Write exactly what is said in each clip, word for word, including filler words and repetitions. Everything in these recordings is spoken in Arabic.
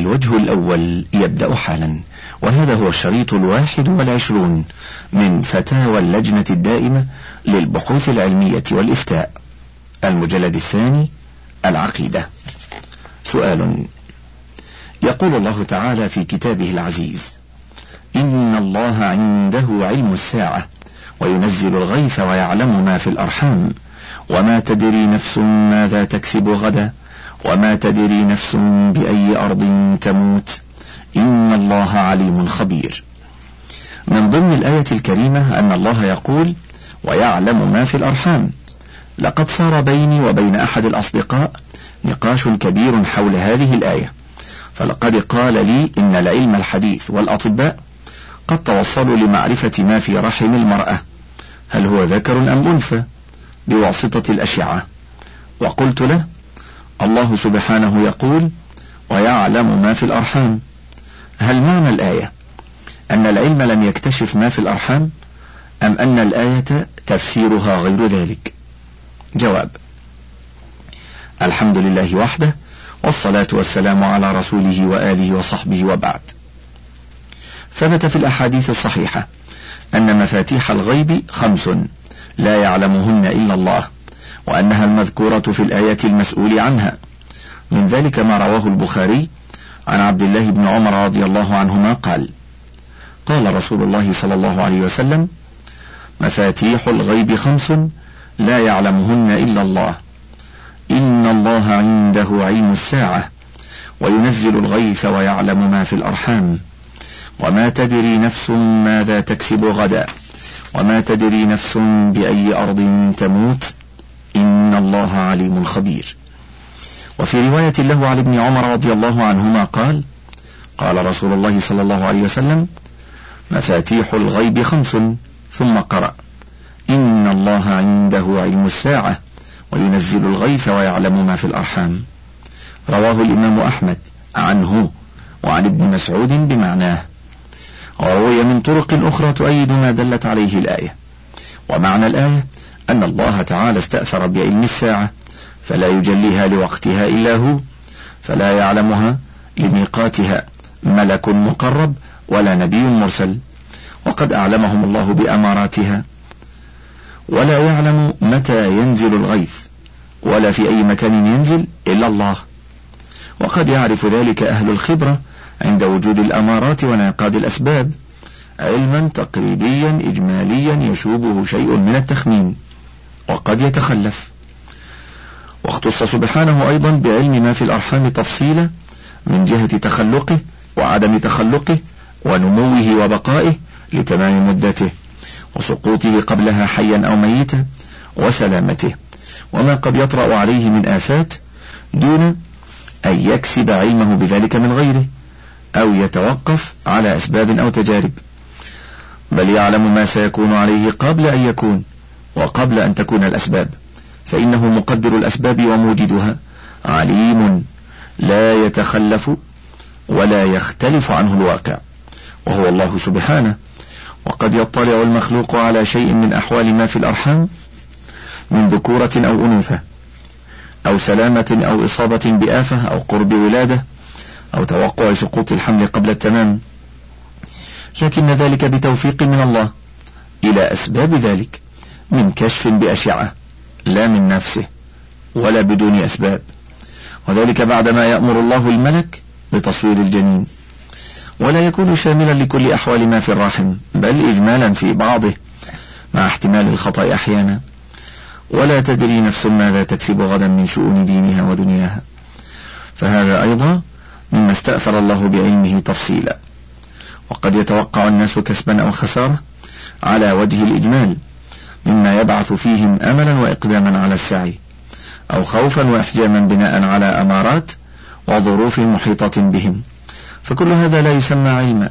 الوجه الأول يبدأ حالا، وهذا هو الشريط الواحد والعشرون من فتاوى اللجنة الدائمة للبحوث العلمية والإفتاء، المجلد الثاني، العقيدة. سؤال: يقول الله تعالى في كتابه العزيز: إن الله عنده علم الساعة وينزل الغيث ويعلم ما في الأرحام وما تدري نفس ماذا تكسب غدا وما تدري نفس بأي أرض تموت إن الله عليم خبير. من ضمن الآية الكريمة أن الله يقول: ويعلم ما في الأرحام. لقد صار بيني وبين أحد الأصدقاء نقاش كبير حول هذه الآية، فلقد قال لي إن العلم الحديث والأطباء قد توصلوا لمعرفة ما في رحم المرأة، هل هو ذكر أم أنثى، بواسطة الأشعة. وقلت له: الله سبحانه يقول: ويعلم ما في الأرحام، هل معنى الآية أن العلم لم يكتشف ما في الأرحام، أم أن الآية تفسيرها غير ذلك؟ جواب: الحمد لله وحده، والصلاة والسلام على رسوله وآله وصحبه، وبعد. ثبت في الأحاديث الصحيحة أن مفاتيح الغيب خمس لا يعلمهن إلا الله، وأنها المذكورة في الآية المسؤول عنها. من ذلك ما رواه البخاري عن عبد الله بن عمر رضي الله عنهما قال: قال رسول الله صلى الله عليه وسلم: مفاتيح الغيب خمس لا يعلمهن إلا الله، إن الله عنده علم الساعة وينزل الغيث ويعلم ما في الأرحام وما تدري نفس ماذا تكسب غدا وما تدري نفس بأي أرض تموت إن الله عليم خبير. وفي رواية له عن ابن عمر رضي الله عنهما قال: قال رسول الله صلى الله عليه وسلم: مفاتيح الغيب خمس، ثم قرأ: إن الله عنده علم الساعة وينزل الغيث ويعلم ما في الأرحام. رواه الإمام أحمد عنه وعن ابن مسعود بمعناه، وروي من طرق أخرى تؤيد ما دلت عليه الآية. ومعنى الآية أن الله تعالى استأثر بعلم الساعة فلا يجليها لوقتها إلا هو، فلا يعلمها لميقاتها ملك مقرب ولا نبي مرسل، وقد أعلمهم الله بأماراتها. ولا يعلم متى ينزل الغيث ولا في أي مكان ينزل إلا الله، وقد يعرف ذلك أهل الخبرة عند وجود الأمارات وانعقاد الأسباب، علما تقريبيا إجماليا يشوبه شيء من التخمين وقد يتخلف. واختص سبحانه أيضا بعلم ما في الأرحام تفصيلا من جهة تخلقه وعدم تخلقه ونموه وبقائه لتمام مدته وسقوطه قبلها حيا أو ميتا وسلامته، وما قد يطرأ عليه من آفات دون أن يكسب علمه بذلك من غيره أو يتوقف على أسباب أو تجارب، بل يعلم ما سيكون عليه قبل أن يكون وقبل أن تكون الأسباب، فإنه مقدر الأسباب وموجدها، عليم لا يتخلف ولا يختلف عنه الواقع، وهو الله سبحانه. وقد يطلع المخلوق على شيء من أحوال ما في الأرحام من ذكورة أو أنوثة أو سلامة أو إصابة بآفة أو قرب ولادة أو توقع سقوط الحمل قبل التمام، لكن ذلك بتوفيق من الله إلى أسباب ذلك من كشف بأشعة لا من نفسه ولا بدون أسباب، وذلك بعدما يأمر الله الملك بتصوير الجنين، ولا يكون شاملا لكل أحوال ما في الرحم بل إجمالا في بعضه مع احتمال الخطأ أحيانا. ولا تدري نفس ماذا تكسب غدا من شؤون دينها ودنياها، فهذا أيضا مما استأثر الله بعلمه تفصيلا. وقد يتوقع الناس كسبا أو خسارة على وجه الإجمال مما يبعث فيهم أملا وإقداما على السعي، أو خوفا وإحجاما بناء على أمارات وظروف محيطة بهم، فكل هذا لا يسمى علما.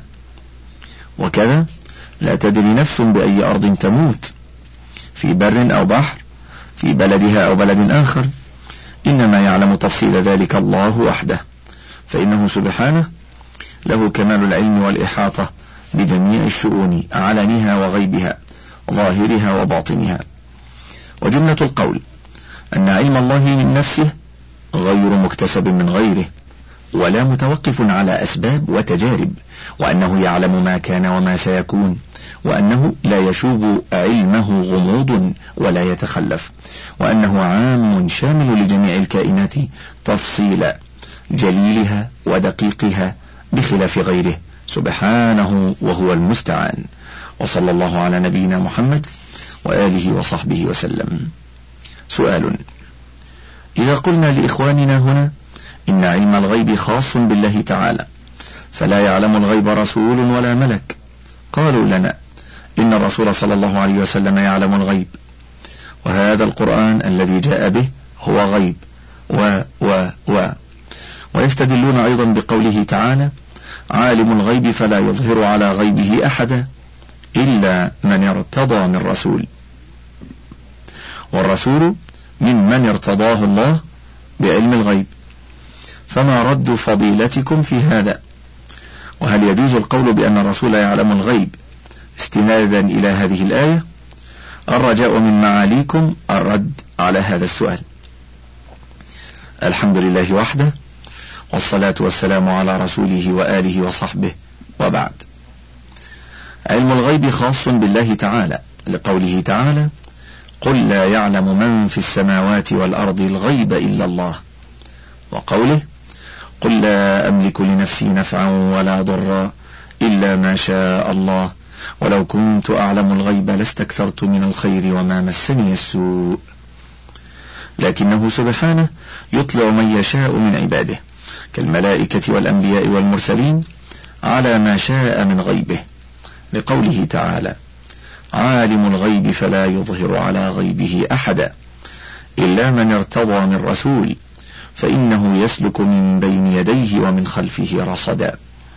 وكذا لا تدري نفس بأي أرض تموت، في بر أو بحر، في بلدها أو بلد آخر، إنما يعلم تفصيل ذلك الله وحده، فإنه سبحانه له كمال العلم والإحاطة بجميع الشؤون علنها وغيبها ظاهرها وباطنها. وجملة القول أن علم الله من نفسه غير مكتسب من غيره، ولا متوقف على أسباب وتجارب، وأنه يعلم ما كان وما سيكون، وأنه لا يشوب علمه غموض ولا يتخلف، وأنه عام شامل لجميع الكائنات تفصيلا جليلها ودقيقها بخلاف غيره سبحانه وهو المستعان. وصلى الله على نبينا محمد وآله وصحبه وسلم. سؤال: إذا قلنا لإخواننا هنا إن علم الغيب خاص بالله تعالى فلا يعلم الغيب رسول ولا ملك، قالوا لنا إن الرسول صلى الله عليه وسلم يعلم الغيب، وهذا القرآن الذي جاء به هو غيب و و و ويستدلون أيضا بقوله تعالى: عالم الغيب فلا يظهر على غيبه أحدا إلا من ارتضى من رسول، والرسول من من ارتضاه الله بعلم الغيب، فما رد فضيلتكم في هذا؟ وهل يجوز القول بأن الرسول يعلم الغيب استنادا إلى هذه الآية؟ الرجاء من معاليكم الرد على هذا السؤال. الحمد لله وحده، والصلاة والسلام على رسوله وآله وصحبه، وبعد. علم الغيب خاص بالله تعالى لقوله تعالى: قل لا يعلم من في السماوات والأرض الغيب إلا الله، وقوله: قل لا أملك لنفسي نفعا ولا ضرا إلا ما شاء الله ولو كنت أعلم الغيب لاستكثرت من الخير وما مسني السوء. لكنه سبحانه يطلع من يشاء من عباده كالملائكة والأنبياء والمرسلين على ما شاء من غيبه، لقوله تعالى: عالم الغيب فلا يظهر على غيبه أحدا إلا من ارتضى من رسول فإنه يسلك من بين يديه ومن خلفه رصدا.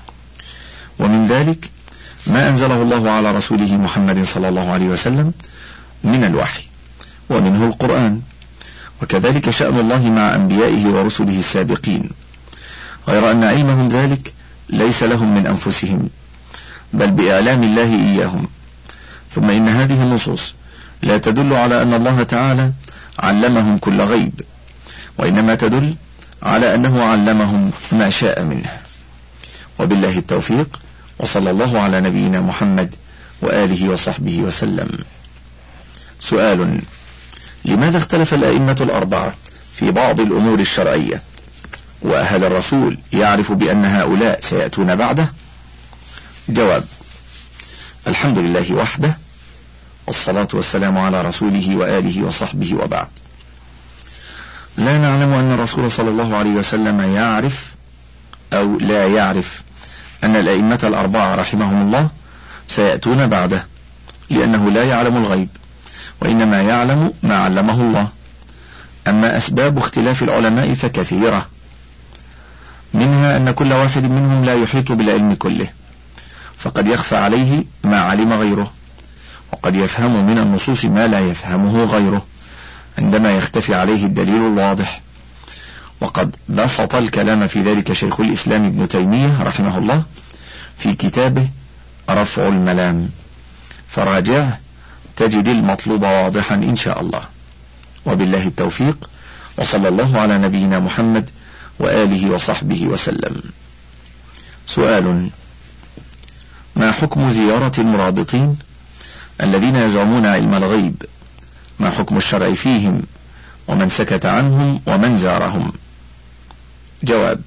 ومن ذلك ما أنزله الله على رسوله محمد صلى الله عليه وسلم من الوحي، ومنه القرآن، وكذلك شأن الله مع أنبيائه ورسله السابقين، غير أن علمهم ذلك ليس لهم من أنفسهم بل بإعلام الله إياهم. ثم إن هذه النصوص لا تدل على أن الله تعالى علمهم كل غيب، وإنما تدل على أنه علمهم ما شاء منه. وبالله التوفيق، وصلى الله على نبينا محمد وآله وصحبه وسلم. سؤال: لماذا اختلف الأئمة الأربعة في بعض الأمور الشرعية؟ وهل الرسول يعرف بأن هؤلاء سيأتون بعده؟ جواب: الحمد لله وحده، والصلاة والسلام على رسوله وآله وصحبه، وبعد. لا نعلم أن الرسول صلى الله عليه وسلم يعرف أو لا يعرف أن الأئمة الأربعة رحمهم الله سيأتون بعده، لأنه لا يعلم الغيب، وإنما يعلم ما علمه الله. أما أسباب اختلاف العلماء فكثيرة، منها أن كل واحد منهم لا يحيط بالعلم كله، فقد يخفى عليه ما علم غيره، وقد يفهم من النصوص ما لا يفهمه غيره عندما يختفي عليه الدليل الواضح. وقد بسط الكلام في ذلك شيخ الإسلام ابن تيمية رحمه الله في كتابه رفع الملام، فراجعه تجد المطلوب واضحا إن شاء الله. وبالله التوفيق، وصلى الله على نبينا محمد وآله وصحبه وسلم. سؤال: ما حكم زيارة المرابطين الذين يزعمون علم الغيب؟ ما حكم الشرع فيهم، ومن سكت عنهم ومن زارهم؟ جواب: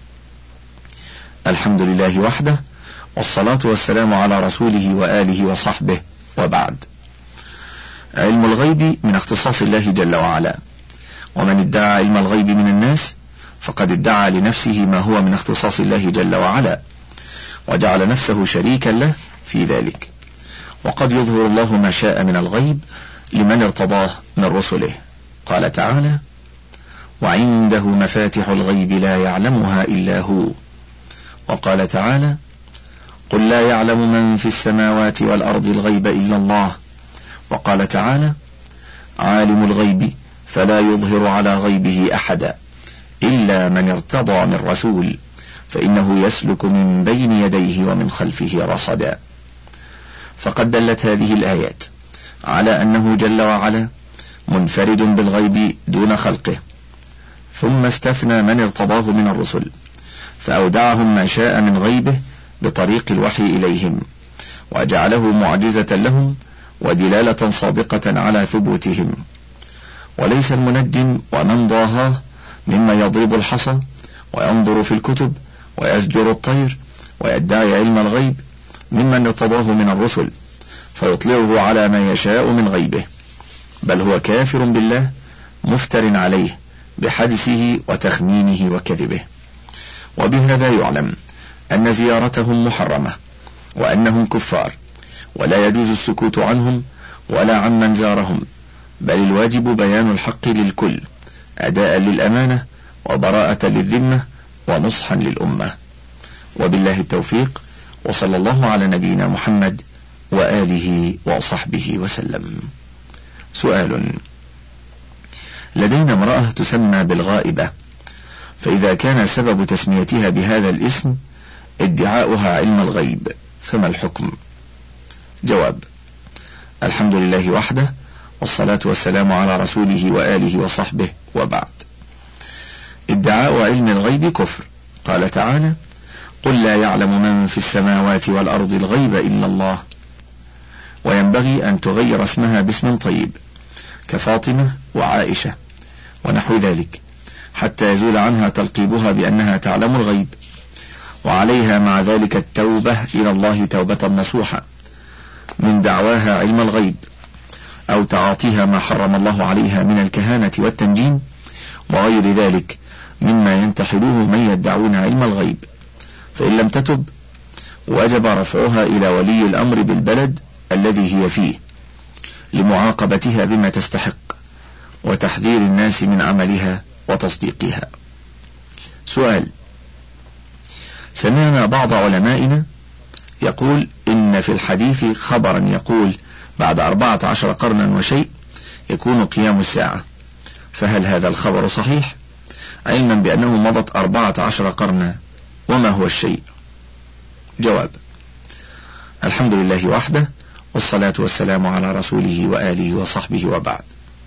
الحمد لله وحده، والصلاة والسلام على رسوله وآله وصحبه، وبعد. علم الغيب من اختصاص الله جل وعلا، ومن ادعى علم الغيب من الناس فقد ادعى لنفسه ما هو من اختصاص الله جل وعلا، وجعل نفسه شريكا له في ذلك. وقد يظهر الله ما شاء من الغيب لمن ارتضاه من رسله. قال تعالى: وعنده مفاتح الغيب لا يعلمها إلا هو. وقال تعالى: قل لا يعلم من في السماوات والأرض الغيب إلا الله. وقال تعالى: عالم الغيب فلا يظهر على غيبه أحدا إلا من ارتضى من رسول فإنه يسلك من بين يديه ومن خلفه رصدا. فقد دلت هذه الآيات على أنه جل وعلا منفرد بالغيب دون خلقه، ثم استثنى من ارتضاه من الرسل، فأودعهم ما شاء من غيبه بطريق الوحي إليهم، وجعله معجزة لهم ودلالة صادقة على ثبوتهم. وليس المنجم ومن ضاهاه مما يضرب الحصى وينظر في الكتب ويزجر الطير ويدعي علم الغيب ممن ارتضاه من الرسل فيطلعه على ما يشاء من غيبه، بل هو كافر بالله مفتر عليه بحدثه وتخمينه وكذبه. وبهذا يعلم أن زيارتهم محرمة وأنهم كفار، ولا يجوز السكوت عنهم ولا عمن زارهم، بل الواجب بيان الحق للكل أداء للأمانة وبراءة للذمة ونصحا للأمة. وبالله التوفيق، وصلى الله على نبينا محمد وآله وصحبه وسلم. سؤال: لدينا امرأة تسمى بالغائبة، فإذا كان سبب تسميتها بهذا الاسم ادعاؤها علم الغيب فما الحكم؟ جواب: الحمد لله وحده، والصلاة والسلام على رسوله وآله وصحبه، وبعد. ادعاء علم الغيب كفر، قال تعالى: قل لا يعلم من في السماوات والأرض الغيب إلا الله. وينبغي أن تغير اسمها باسم طيب كفاطمة وعائشة ونحو ذلك حتى يزول عنها تلقيبها بأنها تعلم الغيب، وعليها مع ذلك التوبة إلى الله توبة نصوحة من دعواها علم الغيب أو تعاطيها ما حرم الله عليها من الكهانة والتنجيم وغير ذلك مما ينتحله من يدعون علم الغيب. فإن لم تتب وجب رفعها إلى ولي الأمر بالبلد الذي هي فيه لمعاقبتها بما تستحق وتحذير الناس من عملها وتصديقها. سؤال: سمعنا بعض علمائنا يقول إن في الحديث خبرا يقول بعد أربعة عشر قرنا وشيء يكون قيام الساعة، فهل هذا الخبر صحيح علما بأنه مضت أربعة عشر قرنا؟ وما هو الشيء؟ جواب: الحمد لله وحده، والصلاة والسلام على رسوله وآله وصحبه، وبعد.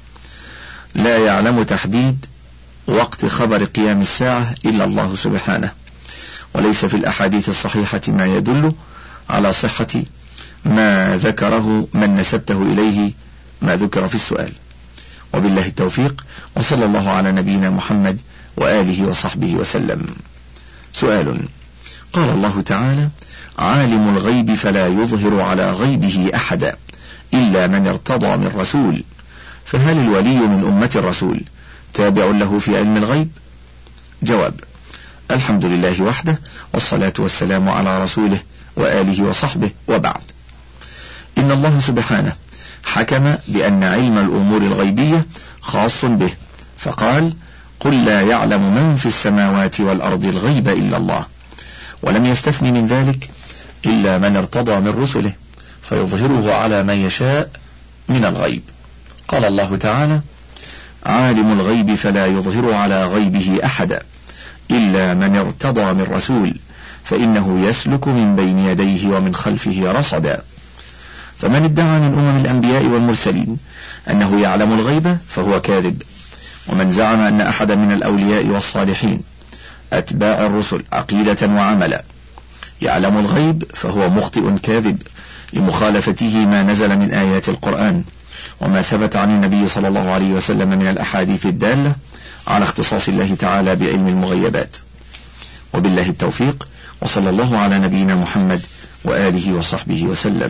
لا يعلم تحديد وقت خبر قيام الساعة إلا الله سبحانه، وليس في الأحاديث الصحيحة ما يدل على صحة ما ذكره من نسبته إليه ما ذكر في السؤال. وبالله التوفيق، وصلى الله على نبينا محمد وآله وصحبه وسلم. سؤال: قال الله تعالى: عالم الغيب فلا يظهر على غيبه أحدا إلا من ارتضى من رسول، فهل الولي من أمة الرسول تابع له في علم الغيب؟ جواب: الحمد لله وحده، والصلاة والسلام على رسوله وآله وصحبه، وبعد. إن الله سبحانه حكم بأن علم الأمور الغيبية خاص به، فقال: قل لا يعلم من في السماوات والأرض الغيب إلا الله، ولم يستثن من ذلك إلا من ارتضى من رسله فيظهره على من يشاء من الغيب. قال الله تعالى: عالم الغيب فلا يظهر على غيبه أحدا إلا من ارتضى من رسول فإنه يسلك من بين يديه ومن خلفه رصدا. فمن ادعى من أمم الأنبياء والمرسلين أنه يعلم الغيب فهو كاذب، ومن زعم أن أحدا من الأولياء والصالحين أتباع الرسل عقيدة وعملا يعلم الغيب فهو مخطئ كاذب لمخالفته ما نزل من آيات القرآن وما ثبت عن النبي صلى الله عليه وسلم من الأحاديث الدالة على اختصاص الله تعالى بعلم المغيبات. وبالله التوفيق، وصلى الله على نبينا محمد وآله وصحبه وسلم.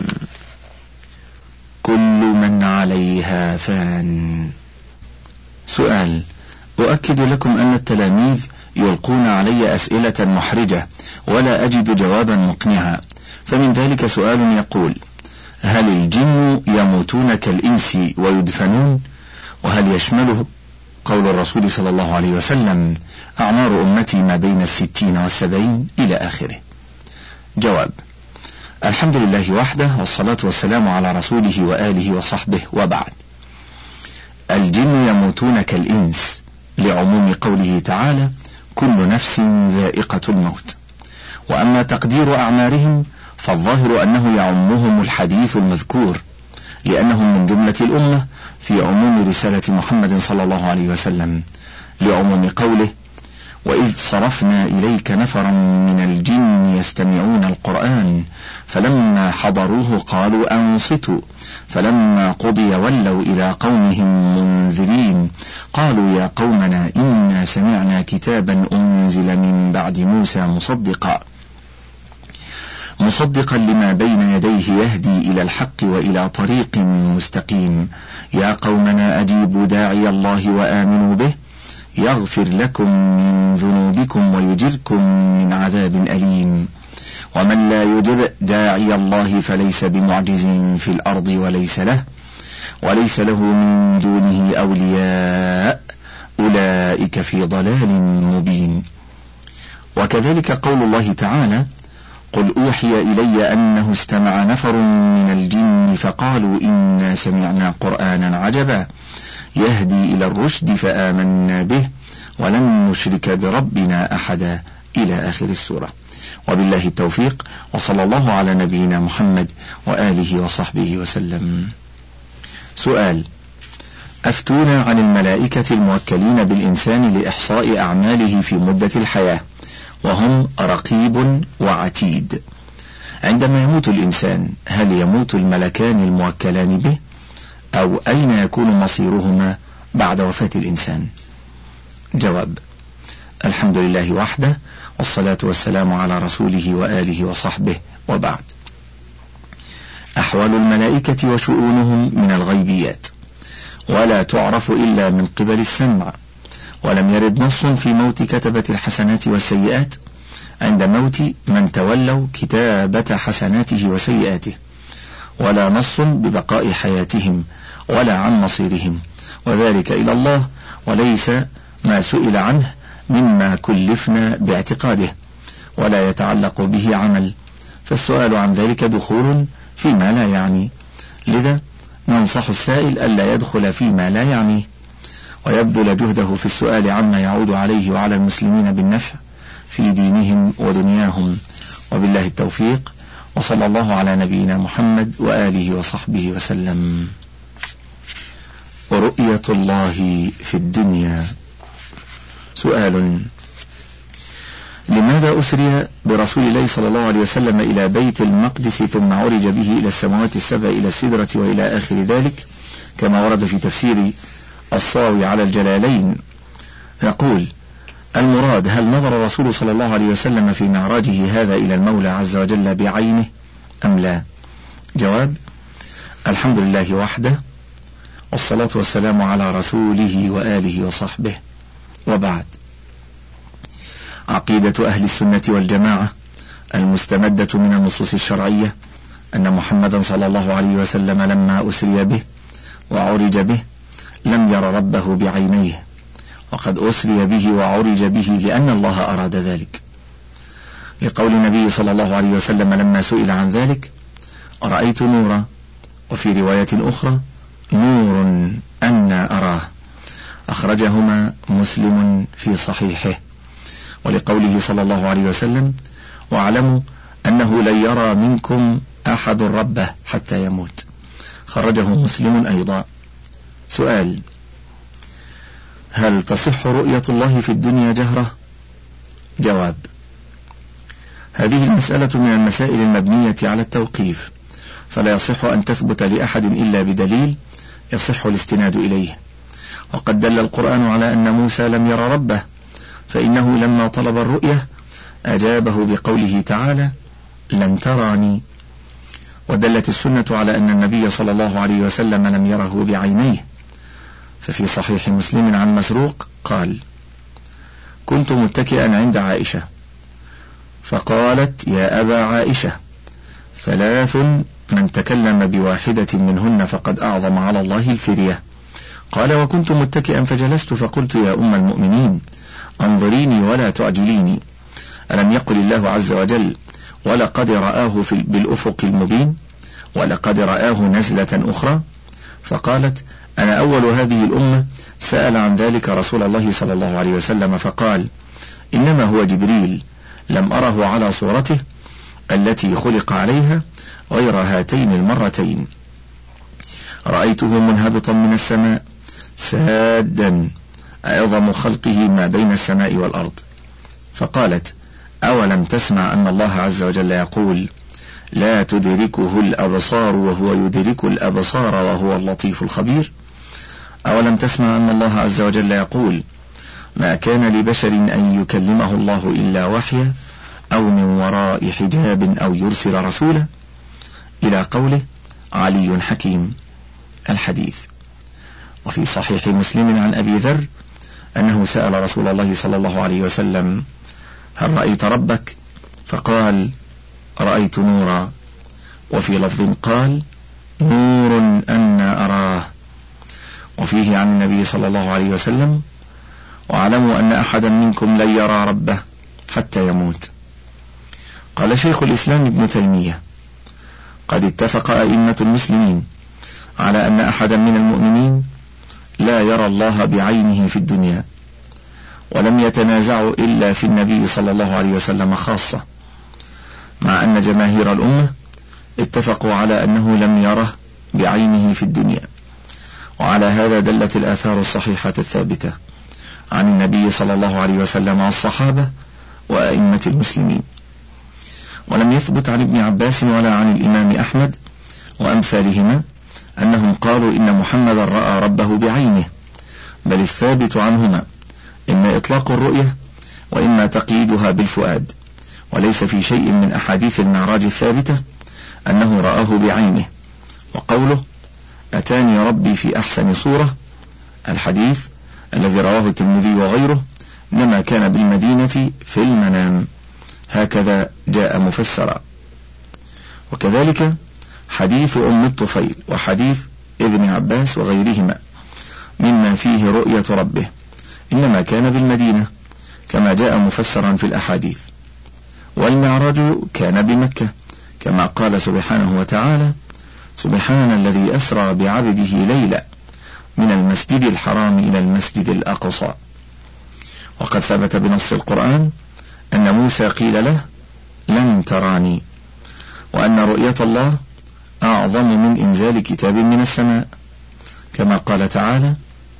كل من عليها فان. سؤال: أؤكد لكم أن التلاميذ يلقون علي أسئلة محرجة ولا أجد جوابا مقنعا، فمن ذلك سؤال يقول: هل الجن يموتون كالإنس ويدفنون؟ وهل يشمله قول الرسول صلى الله عليه وسلم: أعمار أمتي ما بين الستين والسبعين، إلى آخره؟ جواب: الحمد لله وحده، والصلاة والسلام على رسوله وآله وصحبه، وبعد. الجن يموتون كالإنس لعموم قوله تعالى: كل نفس ذائقة الموت. وأما تقدير أعمارهم فالظاهر أنه يعمهم الحديث المذكور، لأنهم من جملة الأمة في عموم رسالة محمد صلى الله عليه وسلم، لعموم قوله: وإذ صرفنا إليك نفرا من الجن يستمعون القرآن فلما حضروه قالوا أنصتوا فلما قضي ولوا إلى قومهم منذرين قالوا يا قومنا إنا سمعنا كتابا أنزل من بعد موسى مصدقا مصدقا لما بين يديه يهدي إلى الحق وإلى طريق مستقيم يا قومنا أجيبوا داعي الله وآمنوا به يغفر لكم من ذنوبكم ويجركم من عذاب أليم ومن لا يجب داعي الله فليس بمعجز في الأرض وليس له وليس له من دونه أولياء أولئك في ضلال مبين. وكذلك قول الله تعالى قل أوحي إلي أنه استمع نفر من الجن فقالوا إنا سمعنا قرآنا عجبا يهدي إلى الرشد فآمنا به ولن نشرك بربنا أحدا إلى آخر السورة. وبالله التوفيق، وصلى الله على نبينا محمد وآله وصحبه وسلم. سؤال: أفتونا عن الملائكة الموكلين بالإنسان لإحصاء أعماله في مدة الحياة، وهم رقيب وعتيد. عندما يموت الإنسان هل يموت الملكان الموكلان به، أو أين يكون مصيرهما بعد وفاة الإنسان؟ جواب: الحمد لله وحده، والصلاة والسلام على رسوله وآله وصحبه، وبعد. أحوال الملائكة وشؤونهم من الغيبيات، ولا تعرف إلا من قبل السمع، ولم يرد نص في موت كتبة الحسنات والسيئات عند موت من تولوا كتابة حسناته وسيئاته، ولا نص ببقاء حياتهم ولا عن مصيرهم، وذلك إلى الله، وليس ما سئل عنه مما كلفنا باعتقاده، ولا يتعلق به عمل، فالسؤال عن ذلك دخول فيما لا يعني، لذا ننصح السائل ألا يدخل فيما لا يعنيه، ويبذل جهده في السؤال عما يعود عليه وعلى المسلمين بالنفع في دينهم ودنياهم. وبالله التوفيق، وصلى الله على نبينا محمد وآله وصحبه وسلم. رؤية الله في الدنيا. سؤال: لماذا أسري برسول الله صلى الله عليه وسلم إلى بيت المقدس ثم عرج به إلى السماوات السبع إلى السدرة وإلى آخر ذلك، كما ورد في تفسير الصاوي على الجلالين؟ يقول: المراد هل نظر الرسول صلى الله عليه وسلم في معراجه هذا إلى المولى عز وجل بعينه أم لا؟ جواب: الحمد لله وحده، والصلاة والسلام على رسوله وآله وصحبه، وبعد. عقيدة أهل السنة والجماعة المستمدة من النصوص الشرعية أن محمدا صلى الله عليه وسلم لما أسري به وعرج به لم ير ربه بعينيه، وقد أسري به وعرج به لأن الله أراد ذلك، لقول النبي صلى الله عليه وسلم لما سئل عن ذلك: رأيت نورا، وفي رواية أخرى: نور أنا أراه، أخرجهما مسلم في صحيحه. ولقوله صلى الله عليه وسلم: واعلموا أنه لن يرى منكم أحد ربه حتى يموت، خرجه مسلم أيضا. سؤال: هل تصح رؤية الله في الدنيا جهرة؟ جواب: هذه المسألة من المسائل المبنية على التوقيف، فلا يصح أن تثبت لأحد إلا بدليل يصح الاستناد إليه، وقد دل القرآن على أن موسى لم ير ربه، فإنه لما طلب الرؤية أجابه بقوله تعالى: لن تراني. ودلت السنة على أن النبي صلى الله عليه وسلم لم يره بعينيه، ففي صحيح مسلم عن مسروق قال: كنت متكئا عند عائشة فقالت: يا أبا عائشة، ثلاث من تكلم بواحدة منهن فقد أعظم على الله الفرية. قال: وكنت متكئا فجلست فقلت: يا أم المؤمنين، انظريني ولا تعجليني، ألم يقل الله عز وجل: ولقد رآه في بالأفق المبين، ولقد رآه نزلة أخرى؟ فقالت: أنا أول هذه الأمة سأل عن ذلك رسول الله صلى الله عليه وسلم فقال: إنما هو جبريل، لم أره على صورته التي خلق عليها غير هاتين المرتين، رأيته منهبطا من السماء سادا عظم خلقه ما بين السماء والأرض، فقالت: أولم تسمع أن الله عز وجل يقول: لا تدركه الأبصار وهو يدرك الأبصار وهو اللطيف الخبير؟ أولم تسمع أن الله عز وجل يقول: ما كان لبشر أن يكلمه الله إلا وحيا أو من وراء حجاب أو يرسل رسولا، إلى قوله: علي حكيم، الحديث. وفي صحيح مسلم عن أبي ذر أنه سأل رسول الله صلى الله عليه وسلم: هل رأيت ربك؟ فقال: رأيت نورا. وفي لفظ قال: نور أنا أراه. وفيه عن النبي صلى الله عليه وسلم: واعلموا أن أحدا منكم لن يرى ربه حتى يموت. قال شيخ الإسلام ابن تيمية: قد اتفق أئمة المسلمين على أن أحدا من المؤمنين لا يرى الله بعينه في الدنيا، ولم يتنازعوا إلا في النبي صلى الله عليه وسلم خاصة، مع أن جماهير الأمة اتفقوا على أنه لم يره بعينه في الدنيا. وعلى هذا دلت الآثار الصحيحة الثابتة عن النبي صلى الله عليه وسلم والصحابة وأئمة المسلمين. ولم يثبت عن ابن عباس ولا عن الإمام أحمد وأمثالهما أنهم قالوا إن محمدا رأى ربه بعينه، بل الثابت عنهما إما إطلاق الرؤية وإما تقييدها بالفؤاد، وليس في شيء من أحاديث المعراج الثابتة أنه رآه بعينه. وقوله: أتاني ربي في أحسن صورة، الحديث الذي رواه الترمذي وغيره إنما كان بالمدينة في المنام، هكذا جاء مفسرا. وكذلك حديث أم الطفيل وحديث ابن عباس وغيرهما مما فيه رؤية ربه إنما كان بالمدينة كما جاء مفسرا في الأحاديث. والمعراج كان بمكة كما قال سبحانه وتعالى: سبحان الذي أسرى بعبده ليلا من المسجد الحرام إلى المسجد الأقصى. وقد ثبت بنص القرآن أن موسى قيل له: لن تراني، وأن رؤية الله أعظم من إنزال كتاب من السماء، كما قال تعالى: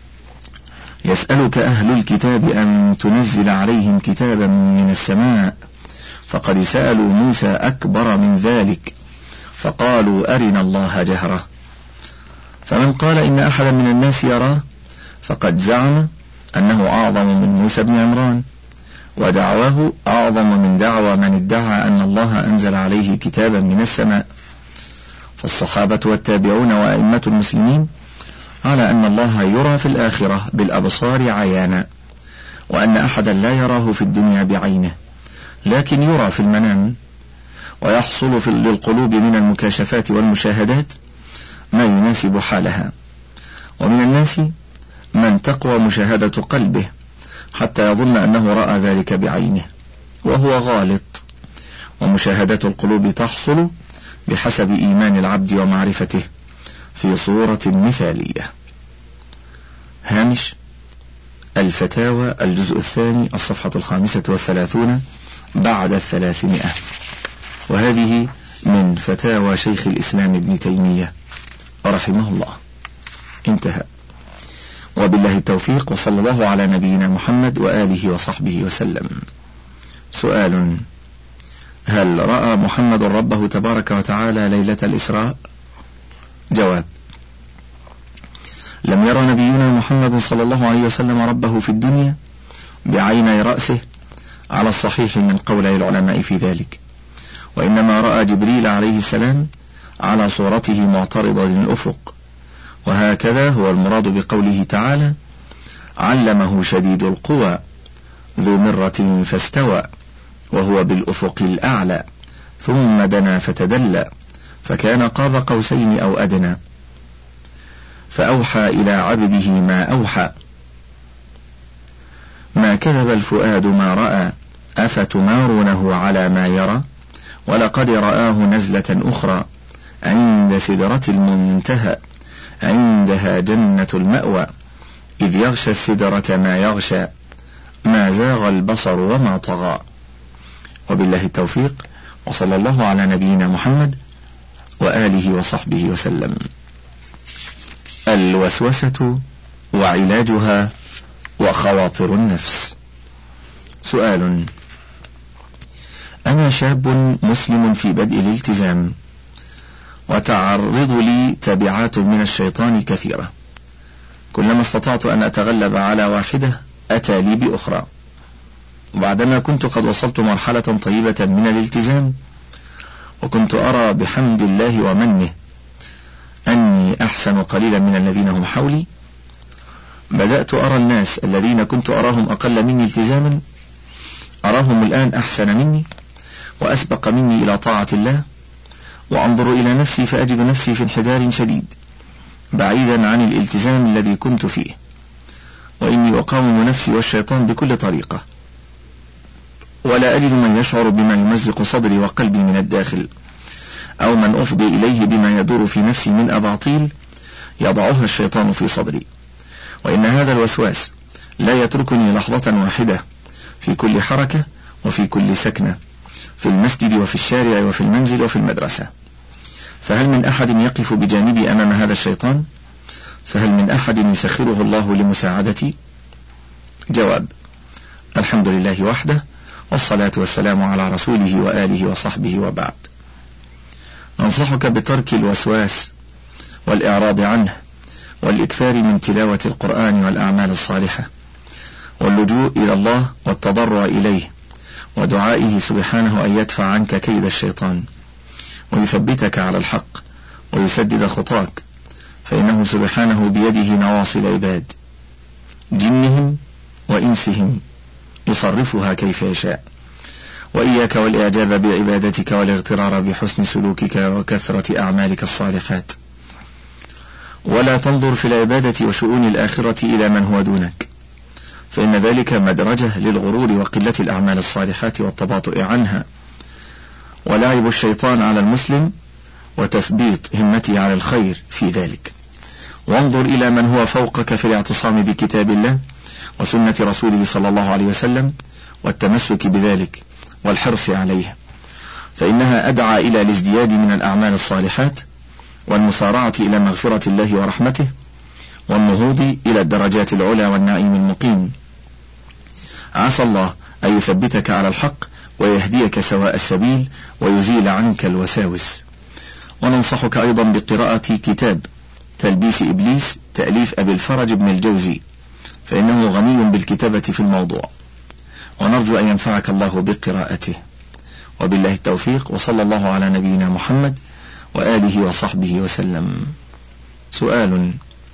يسألك أهل الكتاب أن تنزل عليهم كتابا من السماء، فقد سألوا موسى أكبر من ذلك فقالوا أرنا الله جهرة. فمن قال إن أحدا من الناس يراه فقد زعم أنه أعظم من موسى بن عمران، ودعواه أعظم من دعوى من ادعى أن الله أنزل عليه كتابا من السماء. فالصحابة والتابعون وأئمة المسلمين على أن الله يرى في الآخرة بالأبصار عيانا، وأن أحدا لا يراه في الدنيا بعينه، لكن يرى في المنام، ويحصل في للقلوب من المكاشفات والمشاهدات ما يناسب حالها. ومن الناس من تقوى مشاهدة قلبه حتى يظن أنه رأى ذلك بعينه، وهو غالط. ومشاهدة القلوب تحصل بحسب إيمان العبد ومعرفته في صورة مثالية. هامش الفتاوى الجزء الثاني الصفحة الخامسة والثلاثون بعد الثلاثمائة، وهذه من فتاوى شيخ الإسلام ابن تيمية رحمه الله. انتهى. وبالله التوفيق، وصلى الله على نبينا محمد وآله وصحبه وسلم. سؤال: هل رأى محمد ربه تبارك وتعالى ليلة الإسراء؟ جواب: لم يرى نبينا محمد صلى الله عليه وسلم ربه في الدنيا بعيني رأسه على الصحيح من قولي العلماء في ذلك، وإنما رأى جبريل عليه السلام على صورته معترضة للأفق، وهكذا هو المراد بقوله تعالى: علمه شديد القوى ذو مرة فاستوى وهو بالأفق الأعلى ثم دنا فتدلى فكان قاب قوسين أو أدنى فأوحى إلى عبده ما أوحى ما كذب الفؤاد ما رأى أفتمارونه على ما يرى ولقد رآه نزلة أخرى عند سدرة المنتهى عندها جنة المأوى إذ يغشى السدرة ما يغشى ما زاغ البصر وما طغى. وبالله التوفيق، وصلى الله على نبينا محمد وآله وصحبه وسلم. الوسوسة وعلاجها وخواطر النفس. سؤال: أنا شاب مسلم في بدء الالتزام، وتعرض لي تبعات من الشيطان كثيرة، كلما استطعت أن أتغلب على واحدة أتى لي بأخرى. وبعدما كنت قد وصلت مرحلة طيبة من الالتزام، وكنت أرى بحمد الله ومنه أني أحسن قليلا من الذين هم حولي، بدأت أرى الناس الذين كنت أراهم أقل مني التزاما أراهم الآن أحسن مني وأسبق مني إلى طاعة الله، وأنظر إلى نفسي فأجد نفسي في انحدار شديد بعيدا عن الالتزام الذي كنت فيه، وإني أقاوم نفسي والشيطان بكل طريقة، ولا أجد من يشعر بما يمزق صدري وقلبي من الداخل، أو من أفضي إليه بما يدور في نفسي من أباطيل يضعها الشيطان في صدري. وإن هذا الوسواس لا يتركني لحظة واحدة في كل حركة وفي كل سكنة، في المسجد وفي الشارع وفي المنزل وفي المدرسة. فهل من أحد يقف بجانبي أمام هذا الشيطان؟ فهل من أحد يسخره الله لمساعدتي؟ جواب: الحمد لله وحده، والصلاة والسلام على رسوله وآله وصحبه وبعد. أنصحك بترك الوسواس والإعراض عنه، والإكثار من تلاوة القرآن والأعمال الصالحة، واللجوء إلى الله والتضرع إليه، ودعائه سبحانه أن يدفع عنك كيد الشيطان ويثبتك على الحق ويسدد خطاك، فإنه سبحانه بيده نواصي العباد جنهم وإنسهم يصرفها كيف يشاء. وإياك والإعجاب بعبادتك والاغترار بحسن سلوكك وكثرة أعمالك الصالحات، ولا تنظر في العبادة وشؤون الآخرة إلى من هو دونك، فإن ذلك مدرجة للغرور وقلة الأعمال الصالحات والتباطؤ عنها، ولعب الشيطان على المسلم وتثبيط همته على الخير في ذلك. وانظر إلى من هو فوقك في الاعتصام بكتاب الله وسنة رسوله صلى الله عليه وسلم والتمسك بذلك والحرص عليه، فإنها أدعى إلى الازدياد من الأعمال الصالحات والمسارعة إلى مغفرة الله ورحمته والنهوض إلى الدرجات العلى والنعيم المقيم. عسى الله أن يثبتك على الحق ويهديك سواء السبيل ويزيل عنك الوساوس. وننصحك أيضا بقراءة كتاب تلبيس إبليس تأليف أبي الفرج بن الجوزي، فإنه غني بالكتابة في الموضوع، ونرجو أن ينفعك الله بقراءته. وبالله التوفيق، وصلى الله على نبينا محمد وآله وصحبه وسلم. سؤال: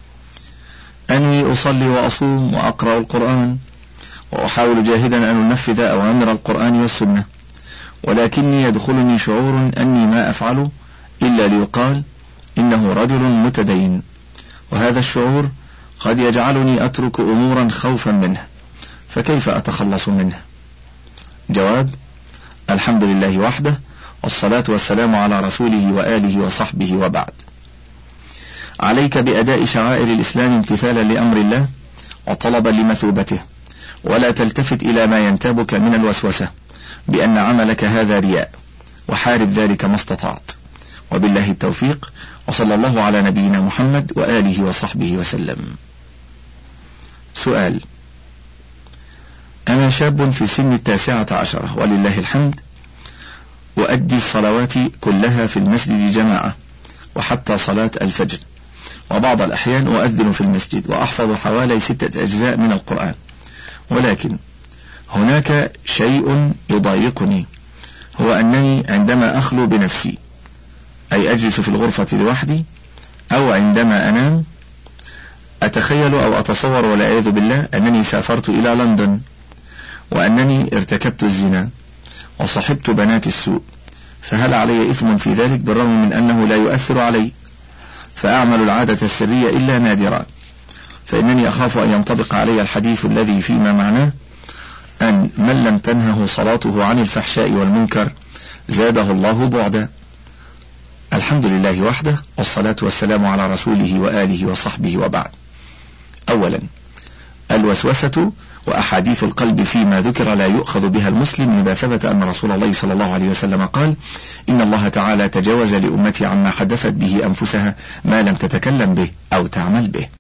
أني أصلي وأصوم وأقرأ القرآن وأحاول جاهدا أن أنفذ أوامر القرآن والسنة، ولكني يدخلني شعور أني ما أفعل إلا ليقال إنه رجل متدين، وهذا الشعور قد يجعلني أترك أمورا خوفا منه، فكيف أتخلص منه؟ جواب: الحمد لله وحده، والصلاة والسلام على رسوله وآله وصحبه وبعد. عليك بأداء شعائر الإسلام امتثالا لأمر الله وطلبا لمثوبته، ولا تلتفت إلى ما ينتابك من الوسوسة بأن عملك هذا رياء، وحارب ذلك ما استطعت. وبالله التوفيق، وصلى الله على نبينا محمد وآله وصحبه وسلم. سؤال: أنا شاب في سن التاسعة عشرة ولله الحمد، وأدي الصلوات كلها في المسجد جماعة وحتى صلاة الفجر، وبعض الأحيان أؤذن في المسجد وأحفظ حوالي ستة أجزاء من القرآن، ولكن هناك شيء يضايقني، هو أنني عندما أخلو بنفسي، أي أجلس في الغرفة لوحدي أو عندما أنام، أتخيل أو أتصور والعياذ بالله أنني سافرت إلى لندن، وأنني ارتكبت الزنا وصحبت بنات السوء، فهل علي إثم في ذلك بالرغم من أنه لا يؤثر علي؟ فأعمل العادة السرية إلا نادرا، فإنني أخاف أن ينطبق علي الحديث الذي فيما معناه أن من لم تنهه صلاته عن الفحشاء والمنكر زاده الله بعدا. الحمد لله وحده، والصلاة والسلام على رسوله وآله وصحبه وبعد. أولا، الوسوسة وأحاديث القلب فيما ذكر لا يؤخذ بها المسلم، إذا ثبت أن رسول الله صلى الله عليه وسلم قال: إن الله تعالى تجاوز لأمتي عما حدثت به أنفسها ما لم تتكلم به أو تعمل به.